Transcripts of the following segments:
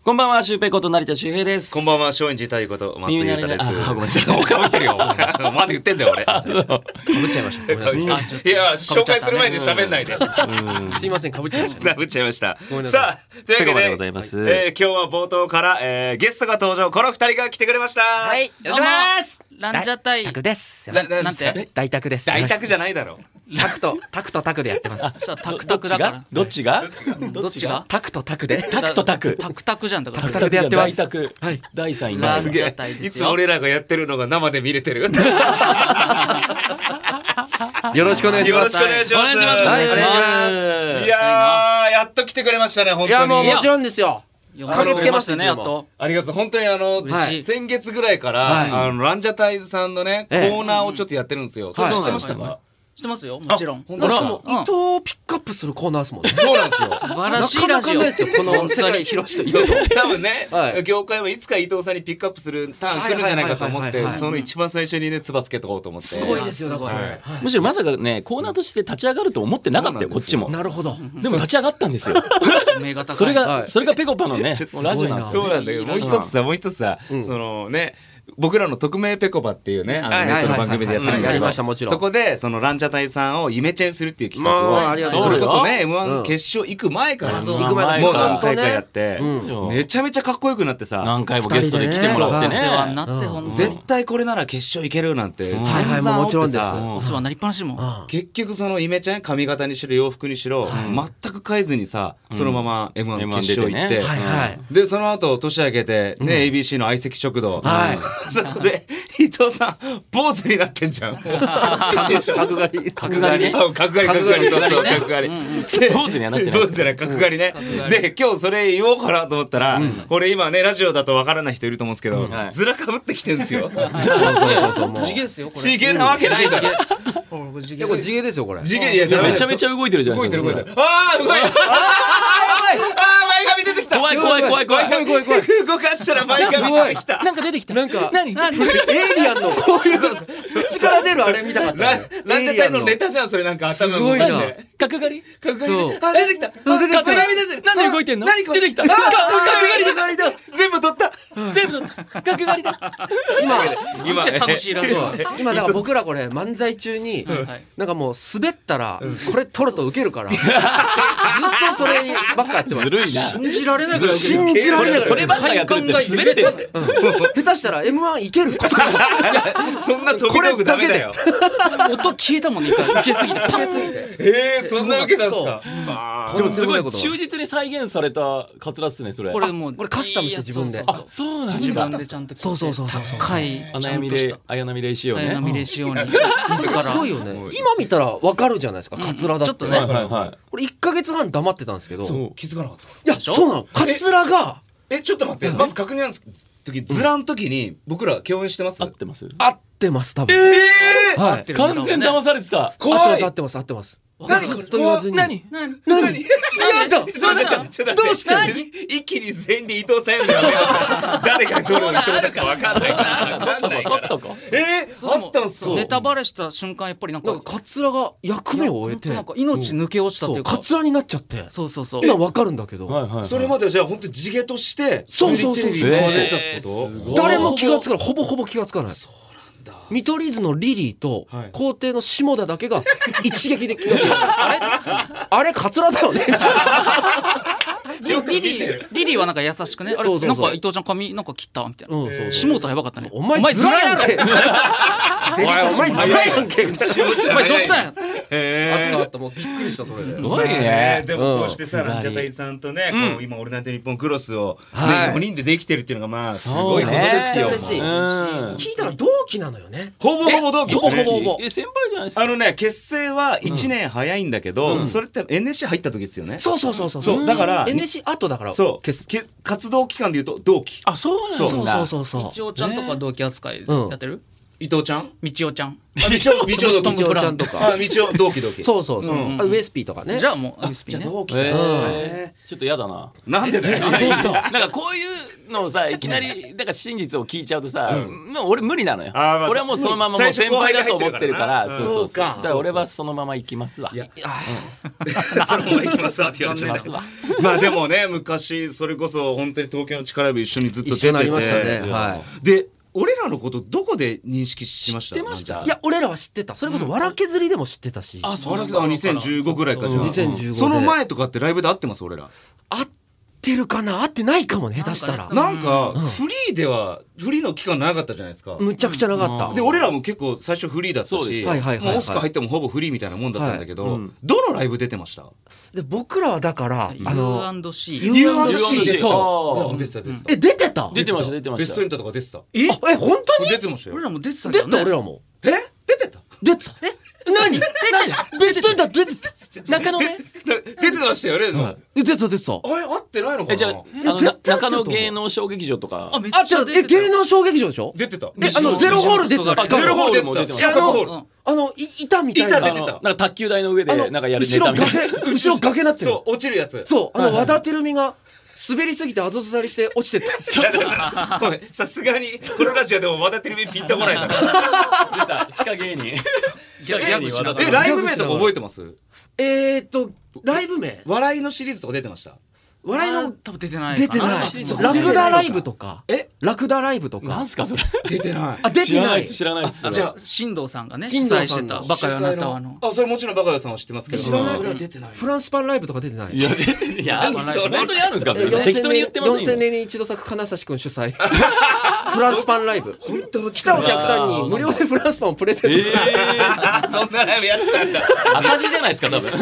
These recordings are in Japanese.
こんばんは、シュウペイこと成田修平です。 こんばんは、松陰寺太夫こと松井裕太です。 ごめんなさい。 かぶってるよ。まだ言ってんだよ俺。 かぶっちゃいました。ごめんなさい。 いや紹介する前に喋んないで。 すいません、かぶっちゃいました。 かぶっちゃいました。 ごめんなさい。 さあというわけペコパででございます。 今日は冒頭からゲストが登場。この二人が来てくれました。 はい、よろしくお願いします。 ランジャタイタクです。 なんて大タクです。 大宅じゃないだろ。 タクとタクでやってます。 じゃあタクタクだからどっちがどっちがタクとタクで。 タクとタク。 タクタクじゃんだからタクでやってます大宅。 はい。 第3位ランがすげえジャタイ。でいすよつ俺らがやってるのが生で見れてる。 よろしくお願いします。 よろしくお願いします。 お願いしますはい、お願いしまいやーやっと来てくれましたね本す。いや、も当に。 うもちろんですよ。 駆けつけましたねやっとありがとう。本当に嬉しい先月ぐらいから、 はいランジャタイズさんのね、 ええコーナーをちょっとやってるんですよ。それ知ってましたか？ 知ってますよもちろん本当ですか？ うん伊藤をピックアップするコーナーですもんね。 そうなんですよ。 素晴らしいラジオなかなかないですよ、この世界広しと伊藤。 多分ね、 はい業界はいつか伊藤さんにピックアップするターン来るんじゃないかと思ってはいはいはいはいはいその一番最初にねつばつけとこうと思って。 すごいですよ、だから。 はいむしろまさかね、コーナーとして立ち上がると思ってなかったよ、こっちも。 なるほど。 でも立ち上がったんですよ。 目が高いそれはいがペコパのね、もうラジオなんですよ。 そうなんだけどもう一つさ、そのね僕らの匿名ペコパっていうねネはいはいはいットの番組でやってるんだやりけどましたもちろんそこでそのランジャタイさんをイメチェンするっていう企画まあありがとうございますをそれこそねうん M1 決勝行く前からそう行く前もうから何回かやってうんめちゃめちゃかっこよくなってさ何回もゲストで来てもらってお世話にね。 なってほんと絶対これなら決勝いけるなんてはいはい散々 もちろんです思ってさお世話になりっぱなしもん結局そのイメチェン髪型にしろ洋服にしろ全く変えずにさそのまま M1 決勝行って出てねはいはい。 でその後年明けてね ABC の相席食堂はいそこで伊藤さん坊主になってんじゃん角刈り。 角刈りね。 あ角刈りそうそう角刈り坊主にはなってない坊主じゃない角刈りねで今日それ言おうかなと思ったらこれ今ねラジオだとわからない人いると思うんですけどはいずらかぶってきてんですよそうもう。 地毛ですよこれちげなわけないじゃんこれ地いや、これ地毛ですよ、これ。 地毛いやめちゃめちゃ動いてるじゃないですか。 動いてるあー動いてる前髪出てきた怖い怖い怖い怖い。 動かしたら前髪出てきたなんか出てきた。 なんか、 何？ エイリアンのこういう口から出るあれ見たかったラね。 ランジャタイのネタじゃんそれなんか頭すごいな動かして角刈り？ 角刈りそうあ出てきた出てきた前髪出てるなんで動いてんの？ 何これ出てきた。 角刈りだ。 全部取った全部角刈りだ。 今楽しいラジオ今だから僕らこれ漫才中になんかもう滑ったらこれ取るとウケるからずっとそればっかやってます。 ずるいな。 信じられないぐらい信じられないそればっかやってるって滑ってんすか？ 下手したら M1 いける。 そんな飛び道具ダメだよ音消えたもんね一回受けすぎてパンそんなわけなんですかでもすごいとんでもないこと忠実に再現されたカツラっすねそれ。 これもうこれカスタムして自分でそうそうそうなん自だ。 分でちゃんとそうそう高い綾波レイ仕様ね。 波レ仕様に自すごいよね。今見たらわかるじゃないですか、カツラだって。 ちょっとねはいはいはい。 これ1ヶ月半黙ってたんですけど、い気づかなかったやそうなの、カツラがちょっと待ってまず確認なんです時ズラの時に僕ら共演してます合ってます？ 合ってます多分。はい。 完全騙されてた。 怖い合ってます合ってます。 何ずっと言わずに。 何？ 何？ やだどうした一気に全員で伊藤さんやんのやめよう誰がどれを言ってもらったか分かんないから分かんないからとこ。 あったんすかネタバレした瞬間やっぱりなんかなんかカツラが役目を終えて、 なんか命抜け落ちたというかカツラになっちゃって、 そうそうそう今わかるんだけど、 はいはい。 それまではじゃあ本当地毛としてそうそうそうテレビに使われてたってこと誰も気がつかない、ほぼ気がつかない。見取り図のリリーとはい皇帝の下田だけが一撃で気がついた。あれカツラだよね。 よく見てるリリーはなんか優しくねあれそうそうそうなんか伊藤ちゃん髪なんか切ったみたいなうんそうそう下田やばかったねお前ずらやんけ。お前ずらやんけ。 お前どうしたんやあったあった、もうびっくりしたそれで。 すごいね。 でもこうしてさランジャタイさんとねこう今「オールナイトニッポンクロス」をはい 4人でできてるっていうのがまあすごいことそうねですよめちゃくちゃ嬉しいうん。 聞いたら同期なのよね。 ほぼほぼ同期ですねほぼほぼ先輩じゃないですか。 結成は1年早いんだけどそれって NSC 入った時ですよねそうそうだから NSC 後だから。 そう消す活動期間でいうと同期あ、そうなんだ。 そう。 みちおちゃんとか同期扱いうんやってる伊藤ちゃんみちおちゃんみちお同期みちおちゃんとか。 みちお同期そうそう。 うんウエスピーとかね。 じゃあもう USP ね同期えだーちょっと嫌だな。 なんでだよどうした？なんかこういうのをさいきなりだから真実を聞いちゃうとさ、もう俺無理なのよ。 あー俺はもうそのままもう先輩だと思ってるから、 最初そう後輩が入ってるからなだから俺はそのまま行きますわ。 いやそのまま行きますわって言われちゃった行きますわ。 まあでもね昔それこそ本当に東京の力ライブ一緒にずっと出て一緒になりましたてね。はで俺らのことどこで認識しました？ 知ってましたい。いや俺らは知ってた。それこそわら削りでも知ってたし。 あそうなんだ。 2015ぐらいかじゃあ 2015でその前とかってライブで会ってます俺ら。 合ってるかな合ってないかもね下手したら。 なんかフリーではフリーの期間長かったじゃないですか。 むちゃくちゃなかった。 で俺らも結構最初フリーだったし、 そうですよはいはいはいはいもうオスカー入ってもほぼフリーみたいなもんだったんだけど、 はいうんどのライブ出てました？ で僕らはだから U&C U&C 出てたそう出てた出てた出てた出てました出てました。 ベストエンタとか出てた。 本当に出てましたよ。 俺らも出てたけ出どねた俺らもえ出てた？ 出てた何ベストエンタ出てた中野ね。 出てましたよね。 出てた出てたあれ合ってないのかな？ じゃあ絶対中野芸能小劇場とか。 めっあ、違う、 ちゃ出てた芸能小劇場でしょ出てた。 ゼロホール出てた。 あゼロホールも出てました。 ゼロホール。 板みたいな。 板出てたなんか卓球台の上でなんかやるネタみたいな。 後ろ崖なってる。 そう落ちるやつ。 そう、和田照美が滑りすぎて後ずさりして落ちてった。 ごめんさすがにこのラジオでもまだテレビピンとこないから。 出た地下芸人。地下芸人はライブ名とか覚えてます？ ライブ名笑いのシリーズとか出てました？ 笑いの多分出てない出てない。 そうラクダライブとか。 えラクダライブとかなん。すかそれ。 出てない。 あ、出てない。 知らないです。 じゃあ進藤さんがね主催してたバカよあなたはのあそれもちろんバカよさんは知ってますけど。 知らないそれは出てない。 フランスパンライブとか出てない。 いや出ていや何それ本当にあるんですかそれ。適当に言ってます 4000 よ。 年に一度咲く金指君主催。フランスパンライブ。来たお客さんに無料でフランスパンをプレゼントする。 そんなライブやってたんだ。 赤字じゃないですか多分。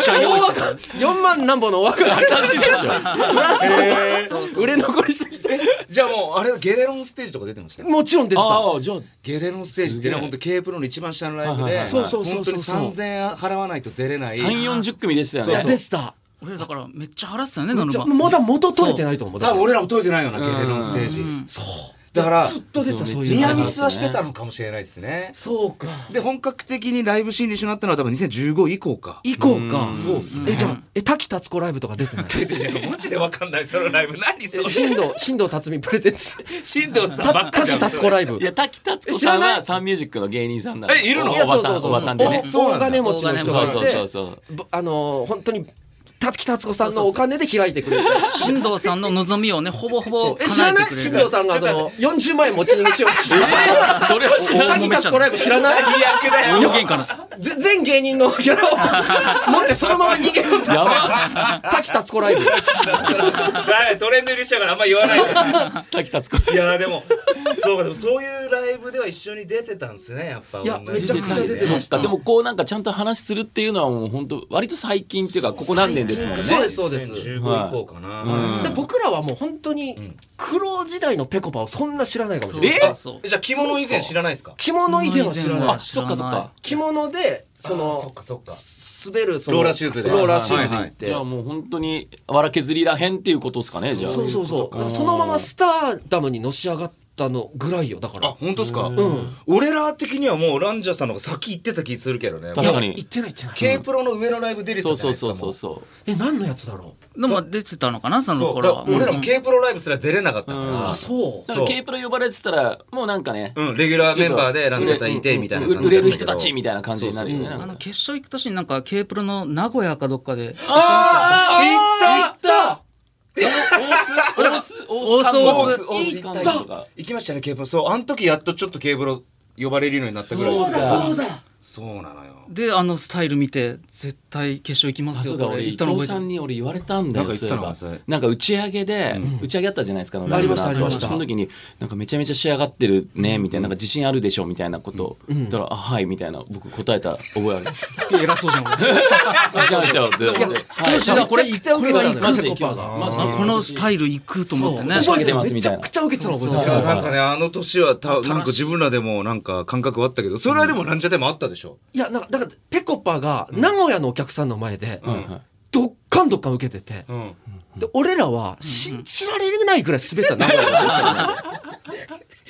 4万何本のお枠が赤字でしょ。 フランスパン売れ残りすぎて。 じゃあもうあれゲレロンステージとか出てましたよ。 もちろん出てた。 ああじゃあゲレロンステージってね本当 K プロの一番下のライブで、 はいはいはいそうそうそう本当に3000円払わないと出れない。 3、40組でしたよいやね。 出てた。 俺らだからめっちゃ払ってたよねめっちゃノルマまだ元取れてないと思う。 多分俺らも解いてないよなゲレロンステージ。 そう。 だからずっと出たそういう。 ニアミスはしてたのかもしれないですね。 そうか。 で本格的にライブシーンで一緒になったのは多分2015以降か。 行こうか。 そうっすね。 じゃあ滝達子ライブとか出てない。 出てるマジでわかんないそのライブ何それ。 新藤辰巳プレゼンツ。 新藤さんばっかり滝達子ライブ。 いや滝達子さんはサンミュージックの芸人さんなんで。 いるの？ おばさんおばさんでね。 大金持ちの人がいそうそうそうて、本当に滝達子さんのお金で開いてくれて。 進藤さんの望みをねほぼほぼ知らない？新藤さんが40万円持ち逃げしようとして。 それは知らない。 滝達子ライブ知らない？ 最悪だよ。 大喧嘩な全芸人のギャラを持ってそのまま逃げようとやした滝達子ライブ。 トレンド入りしちゃうからあんま言わないで。 滝達子。 いやでもそうかでもそういうライブでは一緒に出てたんですねやっぱ。 いやめちゃくちゃ出てました。 でもこうなんかちゃんと話するっていうのはもう本当割と最近っていうかここ何年ですもんね。 そうですそうです。 2015以降かな。 で僕らはもう本当に苦労時代のぺこぱをそんな知らないかもしれない。 そうじゃあ着物以前知らないですか？ 着物以前は知らない。 あそっかそっか。 着物でそっかそっか。 滑るローラーシューズでローラーシューズで行って。 じゃあもう本当にわら削りらへんっていうことですかねじゃあ。 そうそうそう。だからそのままスターダムにのし上がったのぐらいよだから。 あ本当ですか？ ん俺ら的にはもうランジャさんの方が先行ってた気するけどね。 確かに。 行ってない行ってない。 K プロの上のライブ出れてたそうじゃないですか。 そうそうそうそう。 何のやつだろでも出てたのかなそのそう頃は俺らも K プロライブすら出れなかったかう。 ら。 あそう。 だから K プロ呼ばれてたらもうなんかね。 レギュラーメンバーでランジャタイいてみたいな感じ売れる人たちみたいな感じになるよね。 決勝行く年になんか K プロの名古屋かどっかで行った大須監督とか。 行きましたね K プロ。そうあの時やっとちょっと K プロ呼ばれるようになったぐらいですから。 そうだ。 そうなのよ。 でスタイル見て絶対決勝行きますよそうだ俺伊藤さんに俺言われたんだよ。 なんか言ってたのそういえばなんか打ち上げで打ち上げあったじゃないですか。 ありましたありました。 その時になんかめちゃめちゃ仕上がってるねみたいななんか自信あるでしょみたいなこと言ったらあはいみたいな僕答えた覚えある。 すげえ偉そうじゃん自信あるでしょってはいこれ言っちゃうけどマジで行きます。マジでこのスタイル行くと思ってね仕上げてますみたいな。 めちゃくちゃ受けてたの覚えていやます。 なんかねあの年はなんか自分らでもなんか感覚はあったけどそれはでもランジャタイもあったでしょ。 いやなんかだからぺこぱが名古屋のお客さんの前でどっかん受けてて、で俺らは信じられないぐらい滑ってた名古屋のお客さんの前で。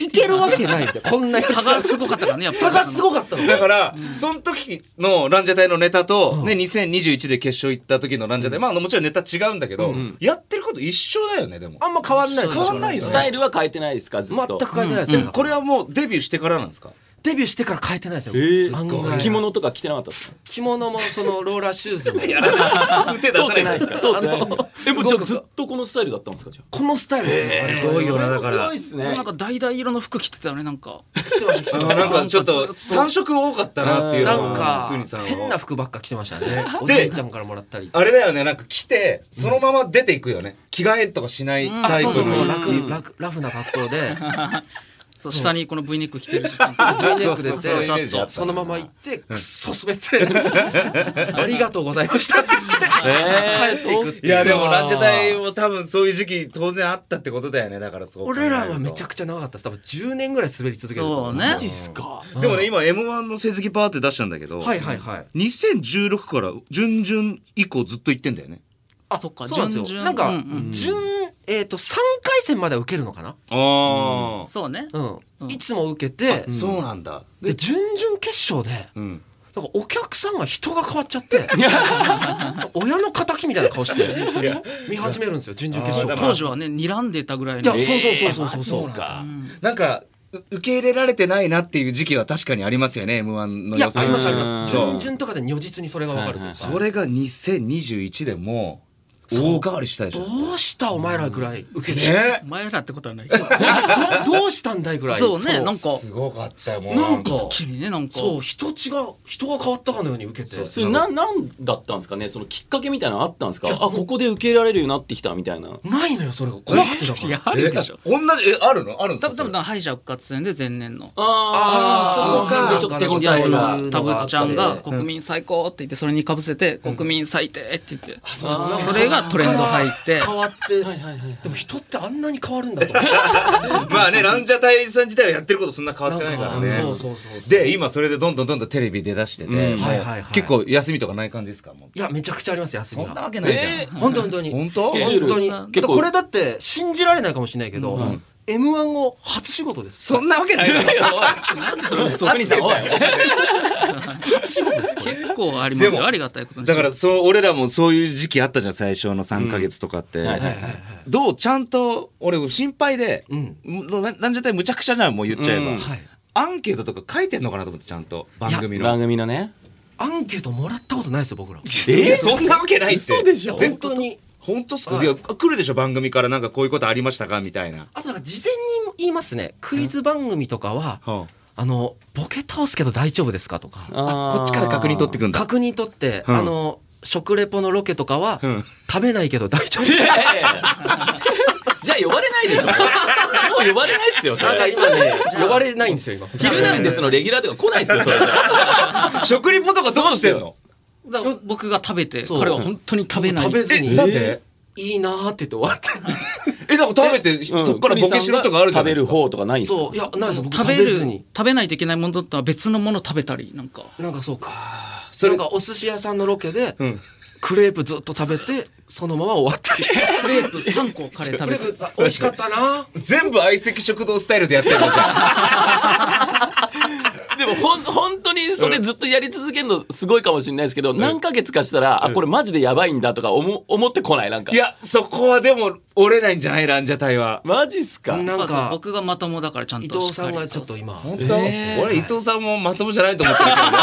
いけるわけないんでこんなやつ差がすごかったからねやっぱり差がすごかったのだからその時のランジャタイのネタとね2021で決勝行った時のランジャタイまあもちろんネタ違うんだけどやってること一緒だよねでもあんま変わんないです変わんないよねスタイルは変えてないですかずっと。 全く変えてないですよ、 これはもうデビューしてからなんですかデビューしてから変えてないですよ、案外着物とか着てなかったですか。 着物もそのローラーシューズも普通手出さ通ってないですか。通ってないですか。もうじゃあずっすとこのスタイルだったんですかじゃあ。 このスタイルです、 すごいよなだからすごいですねなん。か橙色の服着てたよねなんかなんかちょっと単色多かったなっていうのはなんか国さんは変な服ばっか着てましたねおじいちゃんからもらったりあれだよねなんか来てそのまま出ていくよね着替えとかしないタイプそうそうもうのラフな格好でそう下にこの V ネック着てる時間 V ネックでそうそうそういうイメージあったそのまま行ってくっそ滑ってありがとうございましたって帰っていくっていういやでもランジャタイも多分そういう時期当然あったってことだよねだからそう考えると俺らはめちゃくちゃ長かったです多分10年ぐらい滑り続けると思そうねマジっすか。 でもね今 M1 の成績パーって出したんだけどはいはいはい 2016から準々以降ずっと行ってんだよねあそっかそうなんですよ準々 なんかうんうん 3回戦までは受けるのかなあそうねいつも受けてそうなんだで準々決勝でうんなんかお客さんが人が変わっちゃって親の敵みたいな顔して見始めるんですよ準々決勝当時はね睨んでたぐらいいやのそうマジっすか。 なんか受け入れられてないなっていう時期は確かにありますよね M1 のいや予選ありますありますそう準々とかで如実にそれが分かるというかそれが2021でも大変わりしたでしょどうしたお前らぐらい受けてねお前らってことはないどうしたんだいぐらいそうねなんかすごかったよもうなんか一気にねなんかそう人が変わったかのように受けてそれなんだったんですかね。そのきっかけみたいなのあったんですか。あここで受け入れられるようになってきたみたいな。 ないのよそれが怖くてだからいやあるでしょ同じあるのあるんですか多分敗者復活戦で前年のあーそこか。ちょっと手応いやそえが。 のたぶっちゃんが国民最高って言ってそれにかぶせて国民最低って言ってそれがトレンド入って変わってでも人ってあんなに変わるんだとまあねランジャタイさん自体はやってることそんな変わってないからねそうそうそうで今それでどんどんテレビ出だしてて、 うんもうはいはいはい結構休みとかない感じですかもういやめちゃくちゃあります休みそんなはわけないじゃん、 本当に本当スケジュール本当に結構これだって信じられないかもしれないけど、M1 を初仕事ですそんなわけないだろ国さんおい。 初仕事です結構ありますでもよありがたいことにだからそう俺らもそういう時期あったじゃん最初の3ヶ月とかって、 はいはいはい。 どうちゃんと俺心配で、 うんランジャタイむちゃくちゃじゃんもう言っちゃえば、 うんはいアンケートとか書いてんのかなと思ってちゃんと番組の番組のね。 アンケートもらったことないですよ僕らそんなわけないって嘘でしょ本当に本当っすかいや来るでしょ番組からなんかこういうことありましたかみたいな、 あとなんか事前に言いますねクイズ番組とかははボケ倒すけど大丈夫ですかとかあ、こっちから確認取ってくんだ確認取ってうん食レポのロケとかはうん食べないけど大丈夫いやいやいやじゃあ呼ばれないでしょ。もう呼ばれないっすよそなんかれ。 今ね呼ばれないんですよ今ヒルナンデスのレギュラーとか来ないっすよそれ。 食リポとかどうしてんのだから僕が食べてそう彼は本当に食べない食べずになんでいいなーって言って終わってなんか食べてそっからボケしろとかあるじゃ食べるないですか方とかないんすか。 そういやないですよ僕食べる食べずに食べないといけないものとは別のもの食べたりなんかなんかそうかそれなんかお寿司屋さんのロケでんクレープずっと食べてそのまま終わってクレープ3個カレー食べてクレープ美味しかったな全部相席食堂スタイルでやってるのじゃんでも本当にそれずっとやり続けるのすごいかもしれないですけど、何ヶ月かしたら、あこれマジでやばいんだとか思ってこないなんか。 いやそこはでも折れないんじゃないランジャタイはマジっすか。 なんそうか僕がまともだからちゃん伊と藤さんがちょっと今本当、俺伊藤さんもまともじゃないと思ってるけどね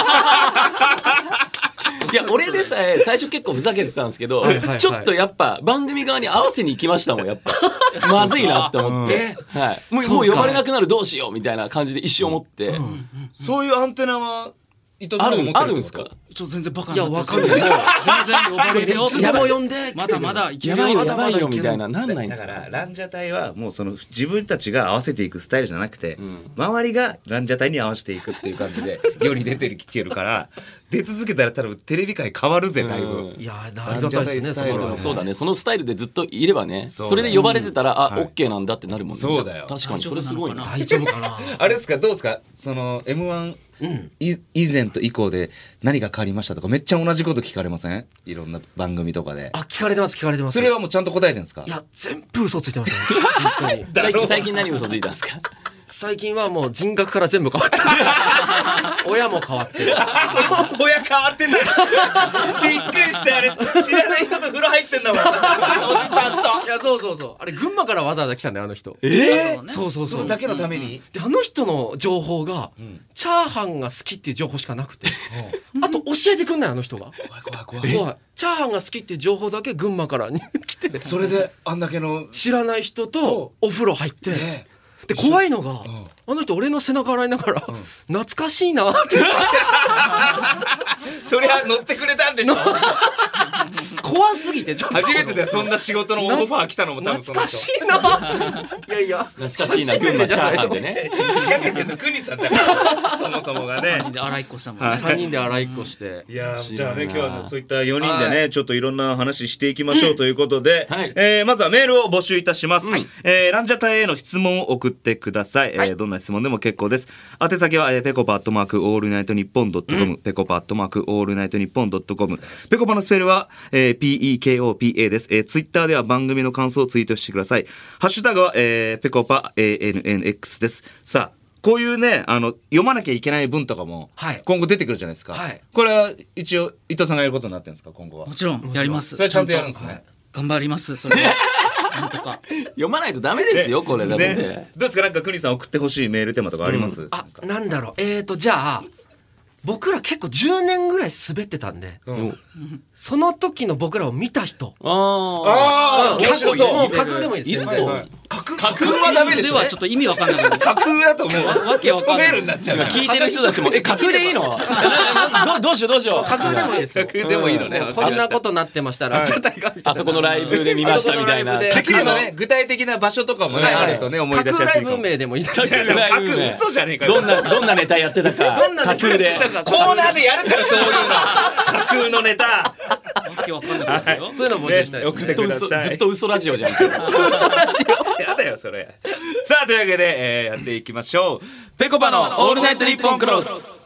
いや俺でさえ最初結構ふざけてたんですけど、 はいはいはいちょっとやっぱ番組側に合わせに行きましたもんやっぱまずいなって思って、はい、もう呼ばれなくなるどうしようみたいな感じで一瞬思って、 そういうアンテナは伊藤さんも持ってるあるんですか。 ちょっと全然バカいやになってわかんない全然呼ばれるよいつでも呼んでまだまだいけやるよばいよやばいまだまだいけるよみたいななんないんですか。 だからランジャタイはもうその自分たちが合わせていくスタイルじゃなくて、周りがランジャタイに合わせていくっていう感じで世に出てきてるから出続けたら多分テレビ界変わるぜだいぶ、 いやありがたいですねランジャタイスタイルはそのそうだねそのスタイルでずっといればねそうそれで呼ばれてたらはいオッケーなんだってなるもんね。 そうだよ確かにそれすごいな。 大丈夫かなあれですかどうですかその M1、以前と以降で何が変わりましたとかめっちゃ同じこと聞かれませんいろんな番組とかであ聞かれてます聞かれてますそれはもうちゃんと答えてるんですかいや全部嘘ついてますよ本当に最近何嘘ついたんですか。 最近はもう人格から全部変わって親も変わってる。 親変わってた。びっくりして、あれ知らない人と風呂入ってんだもん。おじさんと。 いやそうあれ群馬からわざわざ来たんだよあの人。そうそれだけのために。 であの人の情報が、チャーハンが好きっていう情報しかなくて、あと教えてくんないあの人が。怖い。チャーハンが好きっていう情報だけ群馬から来て、 それであんだけの知らない人とお風呂入って、で怖いのが、あの人俺の背中洗いながら、懐かしいなってそりゃ乗ってくれたんでしょ。 怖すぎてちょっと初めてでそんな仕事のオファー来たのも多分その人。 懐かしいないや懐かしいな群馬チャーハンでね。 仕掛けてんの国さんだからそもそもがね。 で洗いっこしたもんね。 3人で洗いっこして、 いやじゃあね今日はそういった4人でねちょっといろんな話していきましょうということで、まずはメールを募集いたします。ランジャタイへの質問を送ってください。どんな質問でも結構です。宛先はペコパ@allnightnippon.com、ペコパ@allnightnippon.com、ペコパのスペルはPEKOPA です。ツイッターでは番組の感想をツイートしてください。ハッシュタグはペコパ ANNX です。さあこういうね読まなきゃいけない文とかも今後出てくるじゃないですか。これは一応伊藤さんがやることになってるんですか今後は。 もちろんやります。 それちゃんとやるんですね。 頑張りますそれは。なんとか読まないとダメですよこれだって。 どうですかなんか国さん送ってほしいメールテーマとかあります？ なんだろうじゃあ僕ら結構10年ぐらい滑ってたんで、その時の僕らを見た人、 面白そう。 もう架空でもいいです。 架空はダメでしょ。 はちょっと意味わかんない。架空だともうわけわかんない。 スペルになっちゃう。 聞いてる人たちも架空でいいの？どうしよう。 架空でもいいですよ。 架空でもいいのね。 こんなことなってましたら、 あそこのライブで見ましたみたいな。 架空のね具体的な場所とかもねあるとね思い出しやすいかも。 架空ライブ名でもいいですよ。 架空嘘じゃねえかよ。 どんなネタやってたか。架空でコーナーでやるからそういうの。架空のネタ。 わけわかんないよ。 そういうの募集したい。 送ってください。 ずっと嘘ラジオじゃん。 やだよそれ。さあというわけで、やっていきましょう。 ぺこぱのオールナイトニッポンクロス。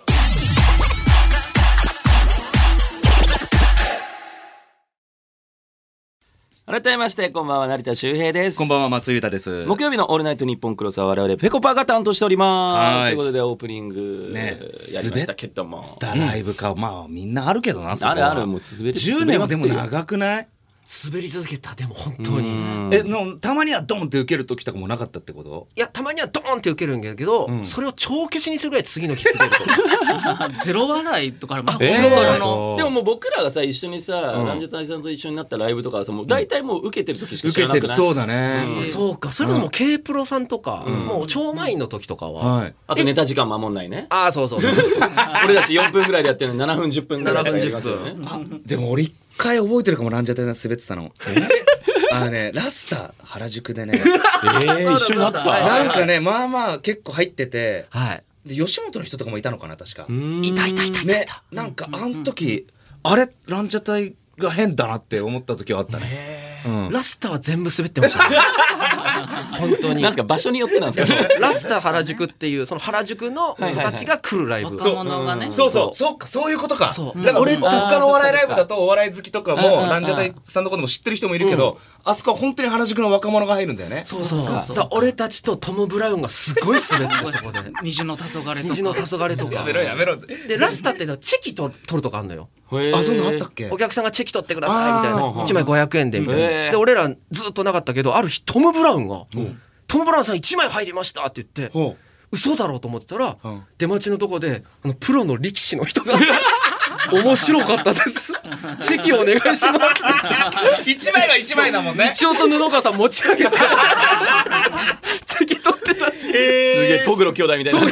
改めましてこんばんは成田修平です。 こんばんは松井裕太です。 木曜日のオールナイトニッポンクロスは我々ぺこぱが担当しております。ということでオープニング、やりましたけども、 ライブかまあみんなあるけどな。 あるもう滑り 10年はでも長くない？ 滑り続けたでも本当に。 たまにはドンって受ける時とかもなかったってこと？ いやたまにはドーンって受けるんだけど、それを帳消しにするぐらい次の日滑るとゼロ笑いとかあるもん。 でももう僕らがさ一緒にさランジャタイさんと一緒になったライブとかさもう大体もう受けてる時しか知らなくない？ そうだね。 そうかそれでも K プロさんとかもう超満員の時とかはあとネタ時間守んないね。 そう俺たち4分ぐらいでやってるのに7分10分ぐらいでやりますよね。 でも俺1回覚えてるかもランジャタイさん滑ってたの。ラスタ原宿でね一緒になった。 なんかねまあまあ結構入ってて、で吉本の人とかもいたのかな確か。 いたね。 なんかあの時あれランジャタイが変だなって思った時はあったね。 ラスタは全部滑ってましたね。本当に。 なんすか場所によってなんですか。 ラスタ原宿っていうその原宿の子たちが来るライブ。 若者がね。 そうかそういうことか。だから俺他のお笑いライブだとお笑い好きとかもランジャタイさんのことも知ってる人もいるけど、あそこは本当に原宿の若者が入るんだよね。 そう。俺たちとトム・ブラウンがすごい滑ってそこで。 虹の黄昏とか。 やめろ。 でラスタってチェキ取るとかあるのよ。 そういうのあったっけ？ お客さんがチェキ取ってくださいみたいな。1枚500円でみたいな。で俺らずっとなかったけどある日トム・ブラウンがトム・ブラウンさん1枚入りましたって言って嘘だろうと思ってたら出待ちのとこでプロの力士の人が面白かったですチェキお願いしますって 1枚が1枚だもんね。 一応と布川さん持ち上げてチェキ取ってた。 すげえトグロ兄弟みたいな。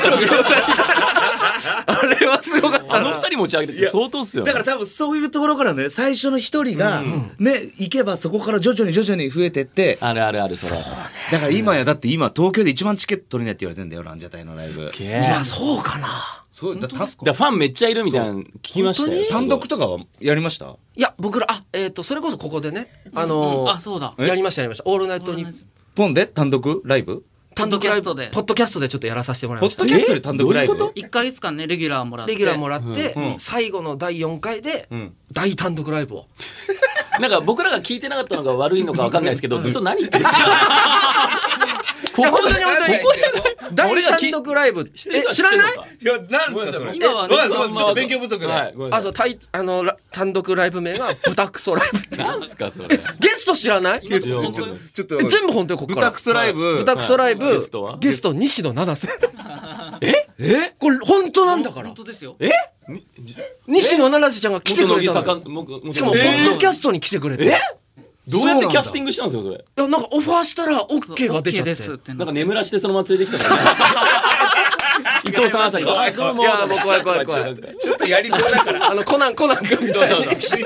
あれはすごかった。 2人持ち上げて相当っすよ。 だから多分そういうところからね最初の一人がね行けばそこから徐々に増えてってあるそれ。 だから今東京で一番チケット取れないって言われてんだよランジャタイのライブ。 いやそうかな。 そうだファンめっちゃいるみたいな聞きましたよ。 単独とかはやりました？ いや僕らそれこそここでねそうだやりましたオールナイトニッポンで単独ライブ。 単独ライブでポッドキャストでちょっとやらさせてもらいました。 ポッドキャストで単独ライブ 1ヶ月間ねレギュラーもらって最後の第4回で大単独ライブをなんか僕らが聞いてなかったのが悪いのか分かんないですけどずっと何言ってるんですか。 ここで本当に大単独ライブ知らない？ いや、なんですかそれ。 今はねちょっと勉強不足で。 そう単独ライブ名が豚クソライブってなんすかそれ。 ゲスト知らない？ ちょっと全部本当よここから豚クソライブ。 豚クソライブゲストは西野七瀬。これ本当なんだから。 本当ですよ。 西野七瀬ちゃんが来てくれたの。しかもポッドキャストに来てくれて。 どうやってキャスティングしたんですよそれ。 いやなんかオファーしたら OK が出ちゃって。 なんか眠らしてそのまま連れてきたからね。伊藤さんあたりが。 いやもう怖い。 ちょっとやりそうだから。 コナン君みたいな。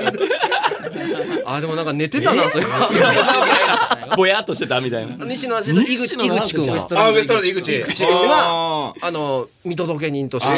でもなんか寝てたなそれは。 ぼやっとしてたみたいな。 西野井口君がウエストランド井口君が見届け人として。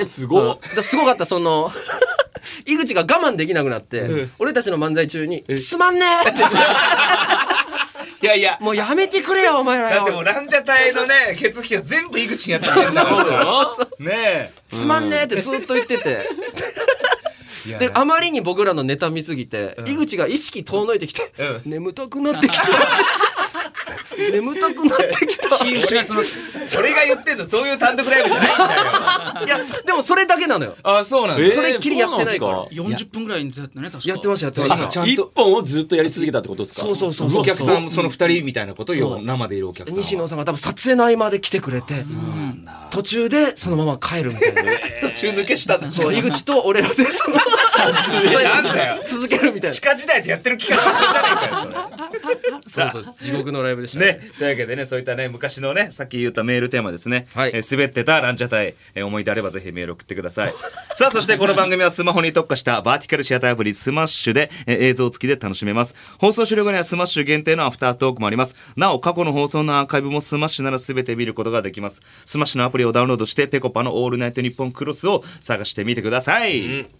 すごい。 すごかったその。井口が我慢できなくなって俺たちの漫才中に「すまんね!」って言っていやいやもうやめてくれよお前らよ。 だってもうランジャタイのね血液が全部井口にやってるんだからねすまんねってずっと言っててであまりに僕らのネタ見すぎて井口が意識遠のいてきて眠たくなってきた眠たくなってきたそれが言ってんのそういう単独ライブじゃないんだよ。 いやでもそれだけなのよ。 そうなんだ。 それっきりやってないから 40分ぐらいにやってたね確か。 やってました一本をずっとやり続けたってことですか。 そうお客さんその2人みたいなことを生でいるお客さん西野さんが多分撮影の合間で来てくれて途中でそのまま帰るみたいな。 途中抜けしたんだ。 そう井口と俺らでそのなんだよ続けるみたいな。 地下時代でやってる期間一緒じゃないかよそれ。 そう地獄のライブでしたね。というわけでねそういったね昔のねさっき言ったメールテーマですね。滑ってたランジャタイ思い出あればぜひメール送ってください。さあそしてこの番組はスマホに特化したバーティカルシアターアプリスマッシュで映像付きで楽しめます。放送終了後にはスマッシュ限定のアフタートークもあります。なお過去の放送のアーカイブもスマッシュなら全て見ることができます。スマッシュのアプリをダウンロードしてぺこぱのオールナイトニッポンクロスを探してみてください。